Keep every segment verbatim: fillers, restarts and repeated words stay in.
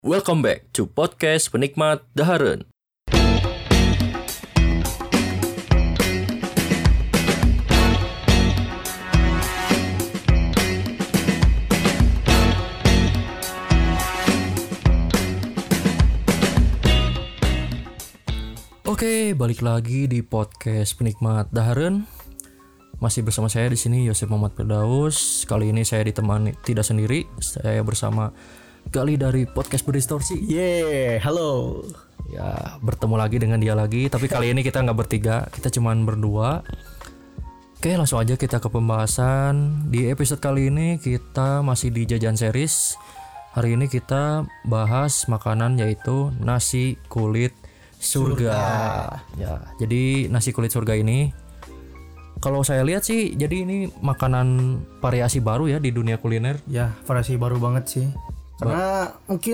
Welcome back to podcast Penikmat Daharen. Oke, balik lagi di podcast Penikmat Daharen. Masih bersama saya di sini Yosef Muhammad Firdaus. Kali ini saya ditemani tidak sendiri, saya bersama Gali dari podcast Berdistorsi. Yeah, halo. Ya, bertemu lagi dengan dia lagi. Tapi kali ini kita nggak bertiga, kita cuman berdua. Oke, langsung aja kita ke pembahasan. Di episode kali ini kita masih di Jajan Series. Hari ini kita bahas makanan yaitu nasi kulit surga. surga. Ya, jadi nasi kulit surga ini, kalau saya lihat sih, jadi ini makanan variasi baru ya di dunia kuliner. Ya, variasi baru banget sih. Karena ba- mungkin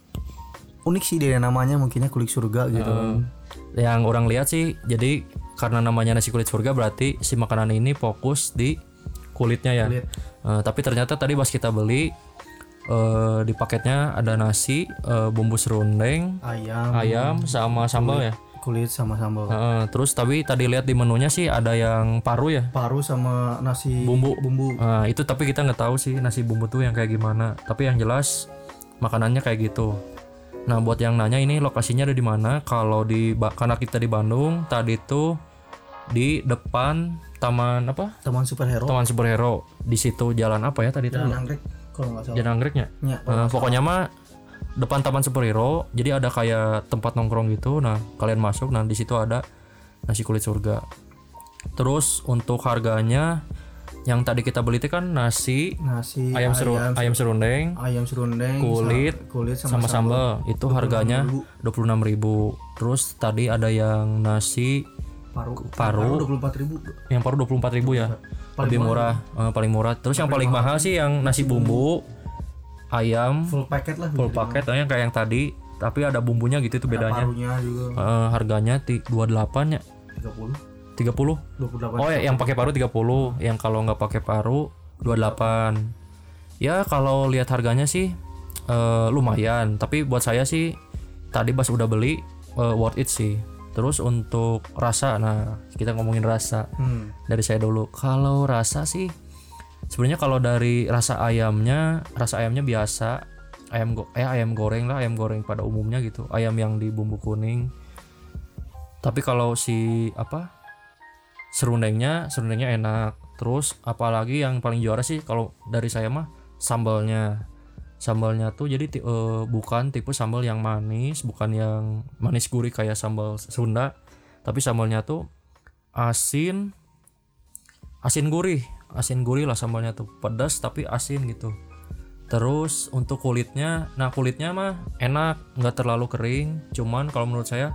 unik sih dia namanya, mungkinnya kulit surga gitu. Uh, yang orang lihat sih, jadi karena namanya nasi kulit surga berarti si makanan ini fokus di kulitnya ya. Kulit. Uh, tapi ternyata tadi pas kita beli uh, di paketnya ada nasi, uh, bumbu serundeng, ayam, ayam sama sambal ya. Kulit sama sambal. Uh, terus tapi tadi lihat di menunya sih ada yang paru ya. Paru sama nasi bumbu. Bumbu. Uh, itu tapi kita nggak tahu sih nasi bumbu tuh yang kayak gimana. Tapi yang jelas makanannya kayak gitu. Nah, buat yang nanya ini lokasinya ada di mana? Kalau di karena kita di Bandung, tadi tuh di depan Taman apa? Taman Superhero. Taman Superhero. Di situ jalan apa ya tadi tuh? Jalan Anggrek kalau nggak salah. Jalan Anggreknya. Ya, uh, pokoknya mah depan Taman Superhero, jadi ada kayak tempat nongkrong gitu. Nah, kalian masuk, nah di situ ada nasi kulit surga. Terus untuk harganya, yang tadi kita beli itu kan nasi, nasi ayam seru, ayam, ayam serundeng, ayam serundeng, kulit, sa- kulit sama, sama sambal. Itu harganya dua puluh enam ribu. Terus tadi ada yang nasi paru, paru dua puluh empat ribu. Yang paru dua puluh empat ribu ya. Paling lebih murah, murah. Uh, paling murah. Terus yang paling mahal sih yang nasi bumbu ayam full paket lah, full paket yang kayak yang tadi, tapi ada bumbunya gitu, itu bedanya. Parunya juga. Uh, harganya t- dua puluh delapan ya. tiga puluh. tiga puluh. dua puluh delapan. Oh ya, yang pakai paru tiga puluh, yang kalau nggak pakai paru dua puluh delapan. Ya kalau lihat harganya sih uh, lumayan, tapi buat saya sih tadi pas udah beli uh, worth it sih. Terus untuk rasa, nah kita ngomongin rasa hmm. dari saya dulu. Kalau rasa sih sebenarnya kalau dari rasa ayamnya, rasa ayamnya biasa, ayam go- eh ayam goreng lah, ayam goreng pada umumnya gitu, ayam yang di bumbu kuning. Tapi kalau si apa serundengnya, serundengnya enak. Terus apalagi yang paling juara sih kalau dari saya mah sambalnya. Sambalnya tuh jadi t- uh, bukan tipe sambal yang manis, bukan yang manis gurih kayak sambal Sunda, tapi sambalnya tuh asin, asin gurih. Asin gurih lah sambalnya tuh, pedas tapi asin gitu. Terus untuk kulitnya, nah kulitnya mah enak, nggak terlalu kering, cuman kalau menurut saya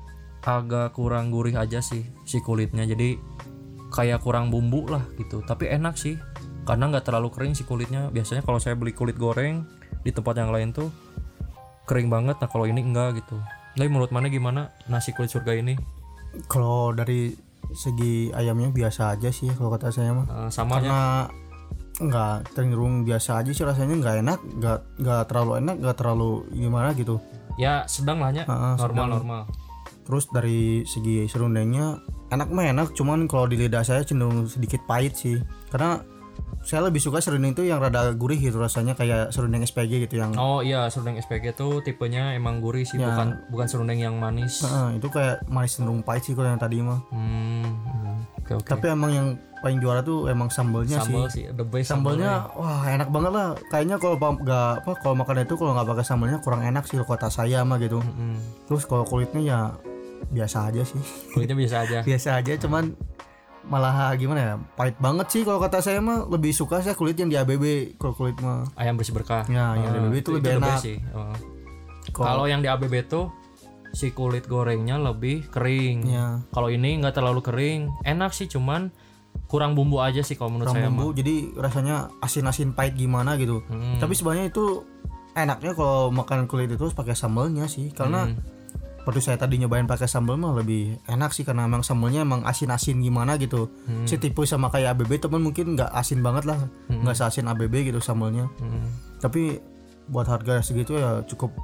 agak kurang gurih aja sih si kulitnya, jadi kayak kurang bumbu lah gitu. Tapi enak sih karena nggak terlalu kering si kulitnya. Biasanya kalau saya beli kulit goreng di tempat yang lain tuh kering banget, nah kalau ini enggak gitu. Tapi menurut mana gimana nasi kulit surga ini? Kalau dari segi ayamnya biasa aja sih kalau kata saya mah. Uh, sama karena nggak cenderung biasa aja sih rasanya, nggak enak, nggak nggak terlalu enak, nggak terlalu gimana gitu. Ya sedang lahnya, uh, normal sedang. normal. Terus dari segi serundengnya enak mah enak, cuman kalau di lidah saya cenderung sedikit pahit sih. Karena saya lebih suka serundeng itu yang rada gurih gitu rasanya, kayak serundeng S P G gitu yang. Oh iya, serundeng S P G tuh tipenya emang gurih sih, ya. bukan bukan serundeng yang manis. Nah, itu kayak manis cenderung pahit sih kalau yang tadi mah. Hmm, hmm. Okay, okay. Tapi emang yang paling juara tuh emang sambalnya Sambal sih. sih, the best sambalnya. Sambalnya wah enak banget lah. Kayaknya kalau nggak apa kalau makan itu kalau nggak pakai sambalnya kurang enak sih kota saya mah gitu. Mm-hmm. Terus kalau kulitnya ya biasa aja sih. Kulitnya biasa aja. biasa aja, cuman malah gimana ya, pahit banget sih kalau kata saya mah. Lebih suka saya kulit yang di A B B. Kalau kulit mah ayam bersih berkah. Ya, yang uh, di A B B itu, itu lebih itu enak sih. Uh. Kalau yang di A B B tuh si kulit gorengnya lebih kering. Ya. Kalau ini nggak terlalu kering, enak sih, cuman kurang bumbu aja sih kalau menurut kurang saya bumbu, mah. Jadi rasanya asin-asin pahit gimana gitu. Hmm. Tapi sebenarnya itu enaknya kalau makan kulit itu pakai sambalnya sih, karena hmm. Waktu saya tadi nyobain pakai sambal mah lebih enak sih, karena emang sambalnya emang asin-asin gimana gitu. Hmm. Si tipe sama kayak A B B, teman mungkin nggak asin banget lah, nggak hmm. seasin A B B gitu sambalnya. Hmm. Tapi buat harga segitu ya cukup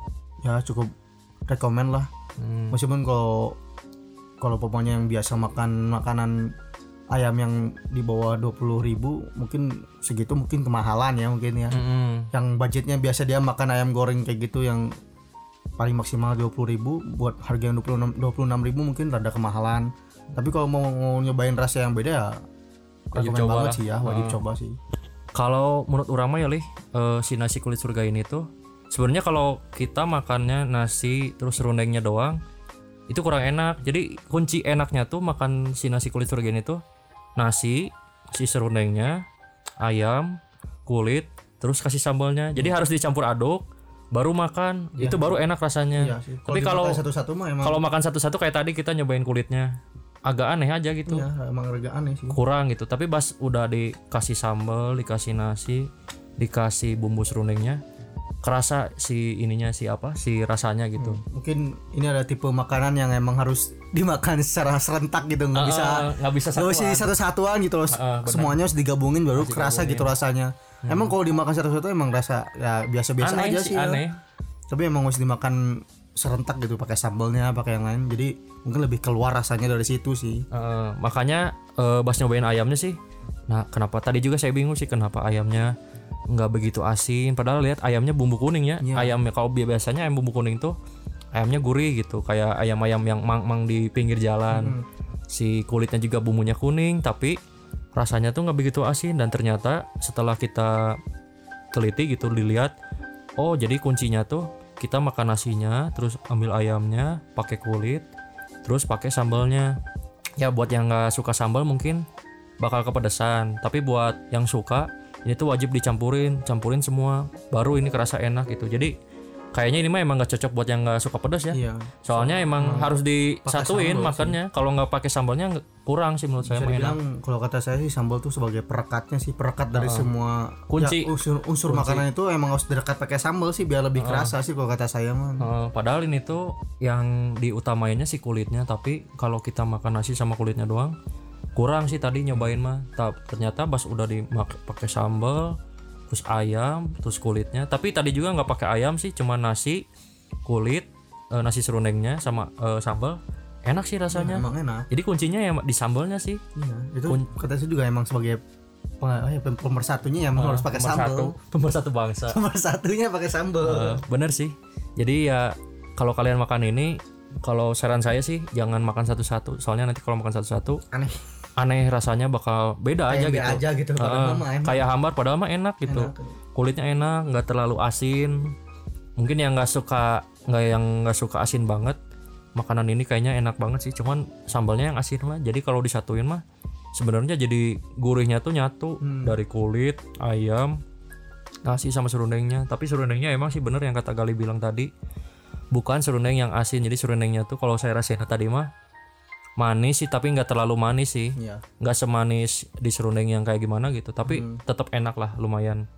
ya cukup rekomen lah. Hmm. Meskipun kalau kalau pokoknya yang biasa makan makanan ayam yang di bawah dua puluh ribu mungkin segitu mungkin kemahalan ya mungkin ya. Hmm. Yang budgetnya biasa dia makan ayam goreng kayak gitu yang paling maksimal dua puluh ribu buat harga yang dua puluh enam ribu mungkin rada kemahalan. Tapi kalau mau, mau nyobain rasa yang beda ya wajib rekomen coba banget lah. sih ya, wajib uh. coba sih. Kalau menurut urang mah ya lih uh, si nasi kulit surga ini tuh sebenarnya kalau kita makannya nasi terus serundengnya doang itu kurang enak. Jadi kunci enaknya tuh makan si nasi kulit surga ini tuh nasi, si serundengnya, ayam, kulit, terus kasih sambalnya. Jadi hmm. harus dicampur aduk baru makan. Ya. Itu baru enak rasanya. Ya, tapi kalau satu-satu mah emang kalau makan satu-satu kayak tadi kita nyobain kulitnya agak aneh aja gitu. Iya, emang agak aneh sih. Kurang gitu. Tapi pas udah dikasih sambal, dikasih nasi, dikasih bumbu serundengnya, kerasa si ininya si apa si rasanya gitu. Hmm, mungkin ini ada tipe makanan yang emang harus dimakan secara serentak gitu, nggak uh, bisa nggak bisa satuan. Nggak bisa satu-satuan gitu loh. Uh, semuanya harus digabungin baru kerasa gitu rasanya. Hmm. Emang kalau dimakan satu-satu emang rasa ya biasa-biasa aneh aja sih. sih. Aneh. Ya. Tapi emang harus dimakan serentak gitu pakai sambalnya, pakai yang lain. Jadi mungkin lebih keluar rasanya dari situ sih. Uh, makanya uh, pas nyobain ayamnya sih. Nah, kenapa tadi juga saya bingung sih kenapa ayamnya nggak begitu asin, padahal lihat ayamnya bumbu kuning ya. Yeah. Ayamnya kalau biasanya ayam bumbu kuning tuh ayamnya gurih gitu, kayak ayam-ayam yang mang-mang di pinggir jalan. Mm. Si kulitnya juga bumbunya kuning, tapi rasanya tuh nggak begitu asin. Dan ternyata setelah kita teliti gitu dilihat, oh jadi kuncinya tuh kita makan nasinya, terus ambil ayamnya, pakai kulit, terus pakai sambalnya. Ya buat yang nggak suka sambal mungkin bakal kepedesan, tapi buat yang suka ini tuh wajib dicampurin, campurin semua, baru ini kerasa enak gitu. Jadi kayaknya ini mah emang nggak cocok buat yang nggak suka pedas ya. Iya. Soalnya emang hmm. harus disatuin makannya. Kalau nggak pakai sambalnya kurang sih menurut saya. Bisa dibilang kalau kata saya sih sambal tuh sebagai perekatnya sih, perekat dari uh, semua kunci ya, unsur, unsur kunci. Makanan itu emang harus direkat pakai sambal sih biar lebih uh, kerasa sih kalau kata saya mah. Uh, padahal ini tuh yang diutamainnya sih kulitnya, tapi kalau kita makan nasi sama kulitnya doang kurang sih tadi nyobain mah. Ternyata pas udah dipakai sambal, terus ayam, terus kulitnya. Tapi tadi juga nggak pakai ayam sih, cuma nasi, kulit, e, nasi serundengnya sama e, sambal. Enak sih rasanya. Ya, emang enak. Jadi kuncinya ya di sambalnya sih. Iya, itu Kun- kata saya juga emang sebagai pemersatunya ya emang uh, harus pakai sambal. Pemersatu bangsa. Pemersatunya pakai sambal. Uh, bener sih. Jadi ya kalau kalian makan ini, kalau saran saya sih jangan makan satu-satu. Soalnya nanti kalau makan satu-satu aneh. aneh rasanya bakal beda aja gitu, aja gitu uh, kayak hambar padahal mah enak gitu, enak. Kulitnya enak, nggak terlalu asin. Mungkin yang nggak suka nggak yang nggak suka asin banget, makanan ini kayaknya enak banget sih, cuman sambalnya yang asin mah. Jadi kalau disatuin mah sebenarnya jadi gurihnya tuh nyatu hmm. dari kulit, ayam, nasi sama serundengnya. Tapi serundengnya emang sih bener yang kata Gali bilang tadi, bukan serundeng yang asin. Jadi serundengnya tuh kalau saya rasain tadi mah manis sih, tapi nggak terlalu manis sih, ya. Nggak semanis di serundeng yang kayak gimana gitu, tapi hmm. tetap enak lah, lumayan.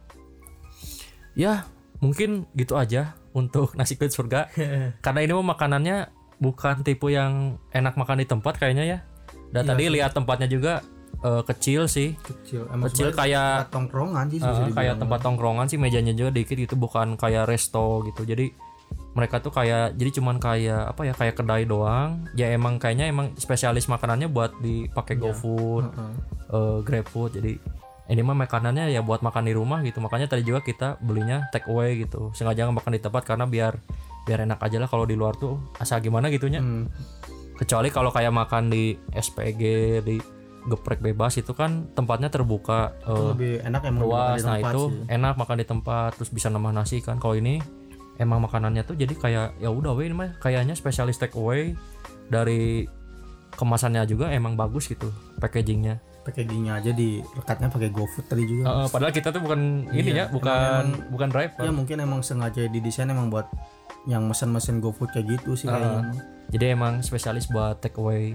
Ya mungkin gitu aja untuk nasi kulit surga. Karena ini mah makanannya bukan tipe yang enak makan di tempat kayaknya ya. Dan ya, tadi sih. Lihat tempatnya juga uh, kecil sih, kecil, kecil kayak tongkrongan sih, uh, kayak tempat tongkrongan sih, mejanya juga dikit gitu, bukan kayak resto gitu. Jadi mereka tuh kayak jadi cuman kayak apa ya, kayak kedai doang ya. Emang kayaknya emang spesialis makanannya buat dipakai yeah. GoFood, uh-huh. uh, GrabFood. Jadi ini mah makanannya ya buat makan di rumah gitu. Makanya tadi juga kita belinya take away gitu, sengaja nggak makan di tempat karena biar biar enak aja lah. Kalau di luar tuh asal gimana gitunya. hmm. Kecuali kalau kayak makan di S P G, di geprek bebas itu kan tempatnya terbuka, uh, lebih enak emang luas. Nah itu sih. Enak makan di tempat, terus bisa nambah nasi kan. Kalau ini emang makanannya tuh jadi kayak ya udah weh, ini mah kayaknya spesialis take away. Dari kemasannya juga emang bagus gitu, packagingnya. Packagingnya aja di rekatnya pakai GoFood tadi juga. Uh, padahal kita tuh bukan ini iya, ya, bukan emang, bukan driver. Ya mungkin emang sengaja didesain emang buat yang mesen-mesen GoFood kayak gitu sih uh, kayaknya. Jadi emang spesialis buat take away.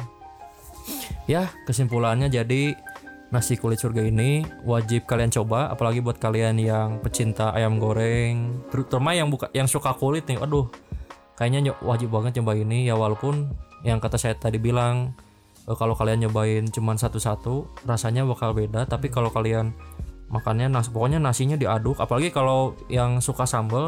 Ya kesimpulannya jadi nasi kulit surga ini wajib kalian coba, apalagi buat kalian yang pecinta ayam goreng, terutama yang buka yang suka kulit nih. Aduh, kayaknya wajib banget coba ini ya, walaupun yang kata saya tadi bilang eh, kalau kalian nyobain cuman satu-satu rasanya bakal beda, tapi kalau kalian makannya nas pokoknya nasinya diaduk, apalagi kalau yang suka sambal,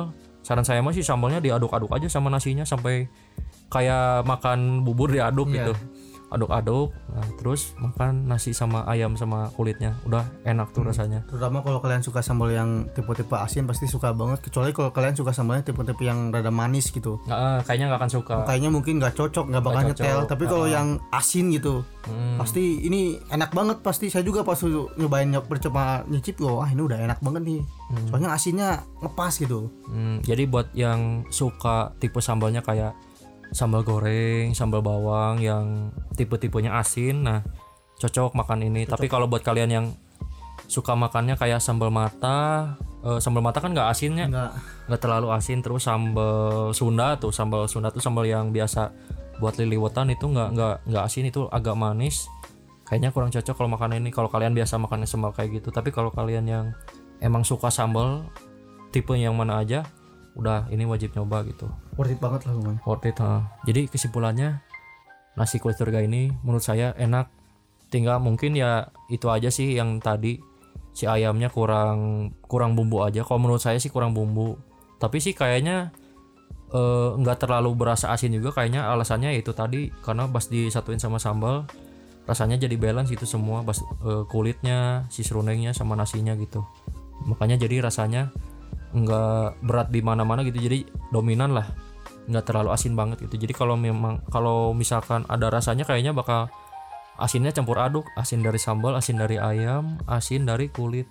saran saya mah sih sambalnya diaduk-aduk aja sama nasinya sampai kayak makan bubur diaduk Iya. gitu. Aduk-aduk, nah, terus makan nasi sama ayam sama kulitnya, udah enak tuh rasanya. Terutama kalau kalian suka sambal yang tipe-tipe asin pasti suka banget. Kecuali kalau kalian suka sambalnya tipe-tipe yang rada manis gitu. Nggak, eh, kayaknya nggak akan suka. Kayaknya mungkin nggak cocok, nggak bakal Nggak nyetel. cocok. Tapi kalau Ah. yang asin gitu, Hmm. pasti ini enak banget. Pasti saya juga pas nyobain nyop percoba nyicip, wah ini udah enak banget nih. Soalnya asinnya ngepas gitu. Hmm, jadi buat yang suka tipe sambalnya kayak sambal goreng, sambal bawang yang tipe-tipenya asin, nah cocok makan ini. Tapi kalau buat kalian yang suka makannya kayak sambal mata, eh, sambal mata kan nggak asinnya, Nggak nggak terlalu asin. Terus sambal Sunda tuh, sambal Sunda tuh sambal yang biasa buat liliwetan itu nggak nggak nggak asin, itu agak manis. Kayaknya kurang cocok kalau makan ini. Kalau kalian biasa makannya sambal kayak gitu. Tapi kalau kalian yang emang suka sambal tipe yang mana aja, udah ini wajib nyoba gitu. worth it banget lah man. Worth it, ha. Jadi kesimpulannya nasi kulit surga ini menurut saya enak. Tinggal mungkin ya itu aja sih yang tadi si ayamnya kurang kurang bumbu aja. Kalau menurut saya sih kurang bumbu. Tapi sih kayaknya eh, nggak terlalu berasa asin juga. Kayaknya alasannya itu tadi karena pas disatuin sama sambal rasanya jadi balance itu semua. Pas eh, kulitnya, si serundengnya sama nasinya gitu. Makanya jadi rasanya nggak berat di mana-mana gitu, jadi dominan lah, nggak terlalu asin banget gitu. Jadi kalau memang kalau misalkan ada rasanya kayaknya bakal asinnya campur aduk, asin dari sambal, asin dari ayam, asin dari kulit.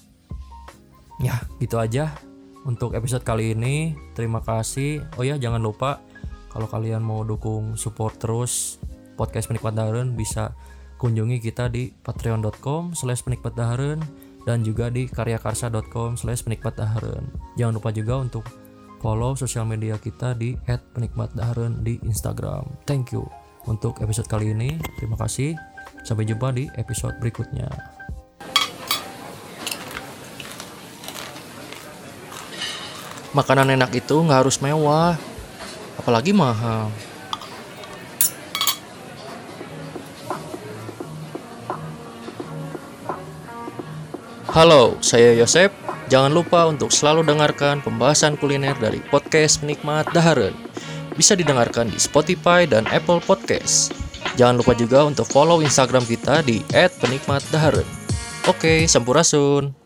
Ya gitu aja untuk episode kali ini. Terima kasih. Oh ya jangan lupa kalau kalian mau dukung support terus podcast Penikmat Dahareun, bisa kunjungi kita di patreon dot com slash penikmat dahareun dan juga di karyakarsa dot com slash penikmat dahareun. Jangan lupa juga untuk follow sosial media kita di et penikmat dahareun di Instagram. Thank you untuk episode kali ini. Terima kasih. Sampai jumpa di episode berikutnya. Makanan enak itu nggak harus mewah, apalagi mahal. Halo, saya Yosep. Jangan lupa untuk selalu dengarkan pembahasan kuliner dari podcast Penikmat Dahareun. Bisa didengarkan di Spotify dan Apple Podcast. Jangan lupa juga untuk follow Instagram kita di et penikmat dahareun. Oke, sampurasun.